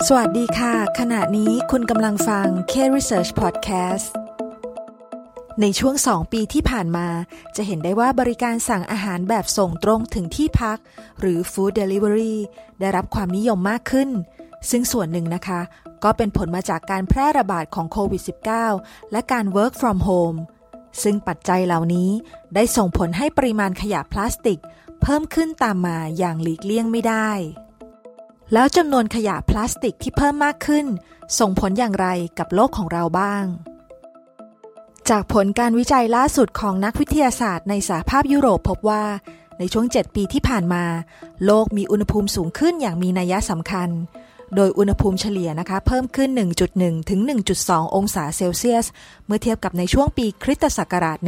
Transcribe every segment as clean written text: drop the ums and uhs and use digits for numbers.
สวัสดีค่ะขณะนี้คุณกำลังฟัง K-Research Podcast ในช่วง2 ปีที่ผ่านมาจะเห็นได้ว่าบริการสั่งอาหารแบบส่งตรงถึงที่พักหรือ Food Delivery ได้รับความนิยมมากขึ้นซึ่งส่วนหนึ่งนะคะก็เป็นผลมาจากการแพร่ระบาดของโควิด -19 และการ Work from Home ซึ่งปัจจัยเหล่านี้ได้ส่งผลให้ปริมาณขยะพลาสติกเพิ่มขึ้นตามมาอย่างหลีกเลี่ยงไม่ได้แล้วจำนวนขยะพลาสติกที่เพิ่มมากขึ้นส่งผลอย่างไรกับโลกของเราบ้างจากผลการวิจัยล่าสุดของนักวิทยาศาสตร์ในสหภาพยุโรปพบว่าในช่วง7 ปีที่ผ่านมาโลกมีอุณหภูมิสูงขึ้นอย่างมีนัยสำคัญโดยอุณหภูมิเฉลี่ยนะคะเพิ่มขึ้น 1.1 ถึง 1.2 องศาเซลเซียสเมื่อเทียบกับในช่วงปีคริสตศักราช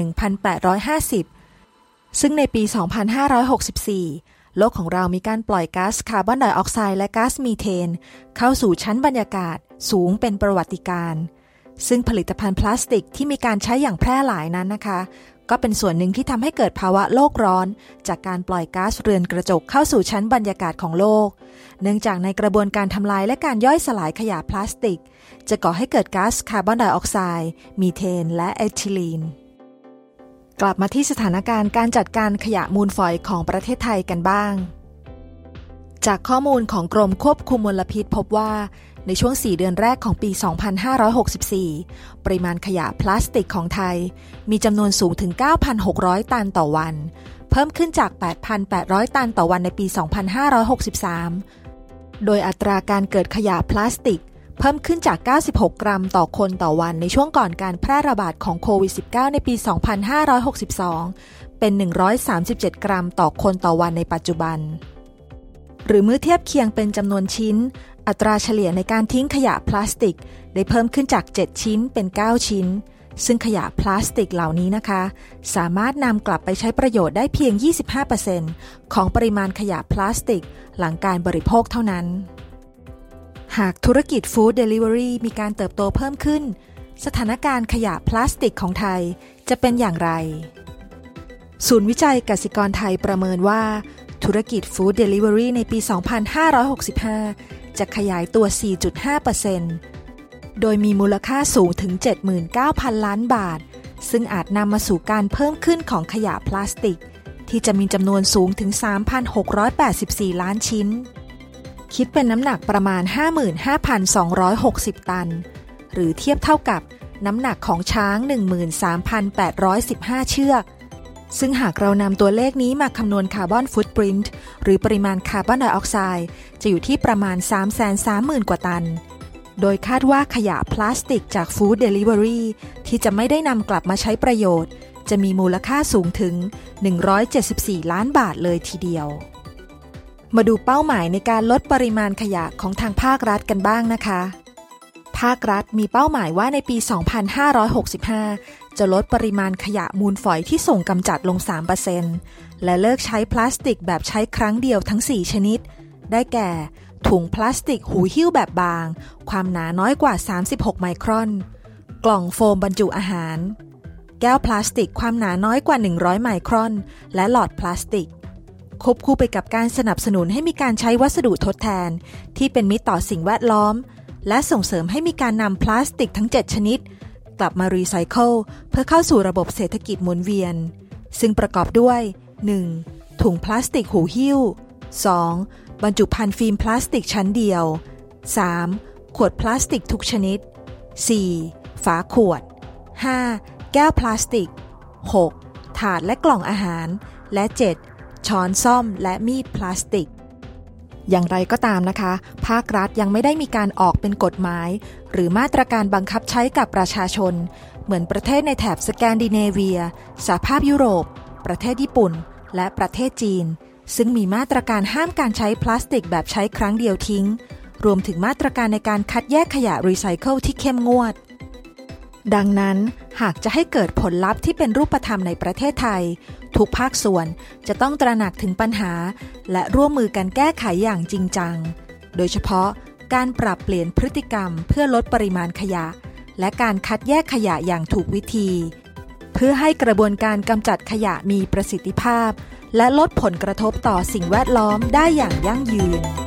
1850 ซึ่งในปี 2564โลกของเรามีการปล่อยก๊าซคาร์บอนไดออกไซด์และก๊าซมีเทนเข้าสู่ชั้นบรรยากาศสูงเป็นประวัติการณ์ซึ่งผลิตภัณฑ์พลาสติกที่มีการใช้อย่างแพร่หลายนั้นนะคะก็เป็นส่วนหนึ่งที่ทำให้เกิดภาวะโลกร้อนจากการปล่อยก๊าซเรือนกระจกเข้าสู่ชั้นบรรยากาศของโลกเนื่องจากในกระบวนการทำลายและการย่อยสลายขยะพลาสติกจะก่อให้เกิดก๊าซคาร์บอนไดออกไซด์มีเทนและเอทิลีนกลับมาที่สถานการณ์การจัดการขยะมูลฝอยของประเทศไทยกันบ้างจากข้อมูลของกรมควบคุมมลพิษพบว่าในช่วง4 เดือนแรกของปี 2564 ปริมาณขยะพลาสติกของไทยมีจำนวนสูงถึง 9,600 ตันต่อวันเพิ่มขึ้นจาก 8,800 ตันต่อวันในปี 2563 โดยอัตราการเกิดขยะพลาสติกเพิ่มขึ้นจาก 96 กรัมต่อคนต่อวันในช่วงก่อนการแพร่ระบาดของโควิด -19 ในปี 2562 เป็น 137 กรัมต่อคนต่อวันในปัจจุบันหรือเมื่อเทียบเคียงเป็นจำนวนชิ้นอัตราเฉลี่ยในการทิ้งขยะพลาสติกได้เพิ่มขึ้นจาก7 ชิ้นเป็น9 ชิ้นซึ่งขยะพลาสติกเหล่านี้นะคะสามารถนำกลับไปใช้ประโยชน์ได้เพียง 25% ของปริมาณขยะพลาสติกหลังการบริโภคเท่านั้นหากธุรกิจฟู้ดเดลิเวอรี่มีการเติบโตเพิ่มขึ้นสถานการณ์ขยะพลาสติกของไทยจะเป็นอย่างไรศูนย์วิจัยกสิกรไทยประเมินว่าธุรกิจฟู้ดเดลิเวอรี่ในปี 2565 จะขยายตัว 4.5% โดยมีมูลค่าสูงถึง 79,000 ล้านบาทซึ่งอาจนำมาสู่การเพิ่มขึ้นของขยะพลาสติกที่จะมีจำนวนสูงถึง 3,684 ล้านชิ้นคิดเป็นน้ำหนักประมาณ 55,260 ตันหรือเทียบเท่ากับน้ำหนักของช้าง 13,815 เชือกซึ่งหากเรานำตัวเลขนี้มาคำนวณคาร์บอนฟุตปรินท์หรือปริมาณคาร์บอนไดออกไซด์จะอยู่ที่ประมาณ 330,000 กว่าตันโดยคาดว่าขยะพลาสติกจากฟู้ดเดลิเวอรี่ที่จะไม่ได้นำกลับมาใช้ประโยชน์จะมีมูลค่าสูงถึง174 ล้านบาทเลยทีเดียวมาดูเป้าหมายในการลดปริมาณขยะของทางภาครัฐกันบ้างนะคะภาครัฐมีเป้าหมายว่าในปี 2565 จะลดปริมาณขยะมูลฝอยที่ส่งกำจัดลง 3% และเลิกใช้พลาสติกแบบใช้ครั้งเดียวทั้ง 4 ชนิดได้แก่ถุงพลาสติกหูหิ้วแบบบางความหนาน้อยกว่า36ไมครอนกล่องโฟมบรรจุอาหารแก้วพลาสติกความหนาน้อยกว่า100ไมครอนและหลอดพลาสติกควบคู่ไปกับการสนับสนุนให้มีการใช้วัสดุทดแทนที่เป็นมิตรต่อสิ่งแวดล้อมและส่งเสริมให้มีการนำพลาสติกทั้ง7ชนิดกลับมารีไซเคิลเพื่อเข้าสู่ระบบเศรษฐกิจหมุนเวียนซึ่งประกอบด้วย 1. ถุงพลาสติกหูหิ้ว 2. บรรจุภัณฑ์ฟิล์มพลาสติกชั้นเดียว 3. ขวดพลาสติกทุกชนิด 4. ฝาขวด 5. แก้วพลาสติก 6. ถาดและกล่องอาหารและ 7. ช้อนส้อมและมีดพลาสติกอย่างไรก็ตามนะคะภาครัฐยังไม่ได้มีการออกเป็นกฎหมายหรือมาตรการบังคับใช้กับประชาชนเหมือนประเทศในแถบสแกนดิเนเวียสหภาพยุโรปประเทศญี่ปุ่นและประเทศจีนซึ่งมีมาตรการห้ามการใช้พลาสติกแบบใช้ครั้งเดียวทิ้งรวมถึงมาตรการในการคัดแยกขยะรีไซเคิลที่เข้มงวดดังนั้นหากจะให้เกิดผลลัพธ์ที่เป็นรูปธรรมในประเทศไทยทุกภาคส่วนจะต้องตระหนักถึงปัญหาและร่วมมือกันแก้ไขอย่างจริงจังโดยเฉพาะการปรับเปลี่ยนพฤติกรรมเพื่อลดปริมาณขยะและการคัดแยกขยะอย่างถูกวิธีเพื่อให้กระบวนการกำจัดขยะมีประสิทธิภาพและลดผลกระทบต่อสิ่งแวดล้อมได้อย่างยั่งยืน